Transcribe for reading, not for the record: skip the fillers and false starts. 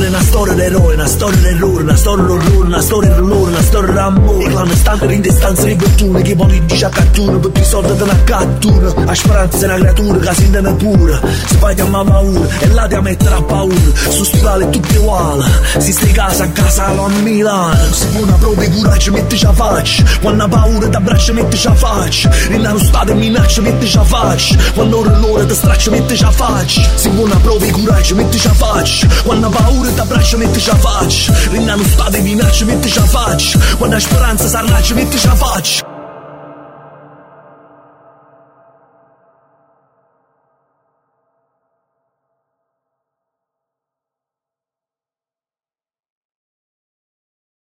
una storia d'eroe, una storia d'errore, una storia d'orrore, una storia d'allore, una storia d'amore. I clandestani in distanza di fortuna, che poi dice a cattura, perché i soldi te la cattura. A speranza è una creatura che si intende pure, si fa chiamare paura, e là ti mettere a paura. Su strade tutti uguali, si stai casa a casa a Milano. Se vuoi una prova di coraggio mettici a faccia, quando ha paura ti abbraccia mettici a faccia. Rinna lo stato e minaccia mettici a faccia, quando ora l'ora ti straccia mettici a faccia. Se vuoi una prova di coraggio mettici a faccia, quando ha paura ti abbraccia mettici a faccia. Rinna lo stato e minaccia mettici a faccia, quando ha speranza s'arraccia mettici a faccia.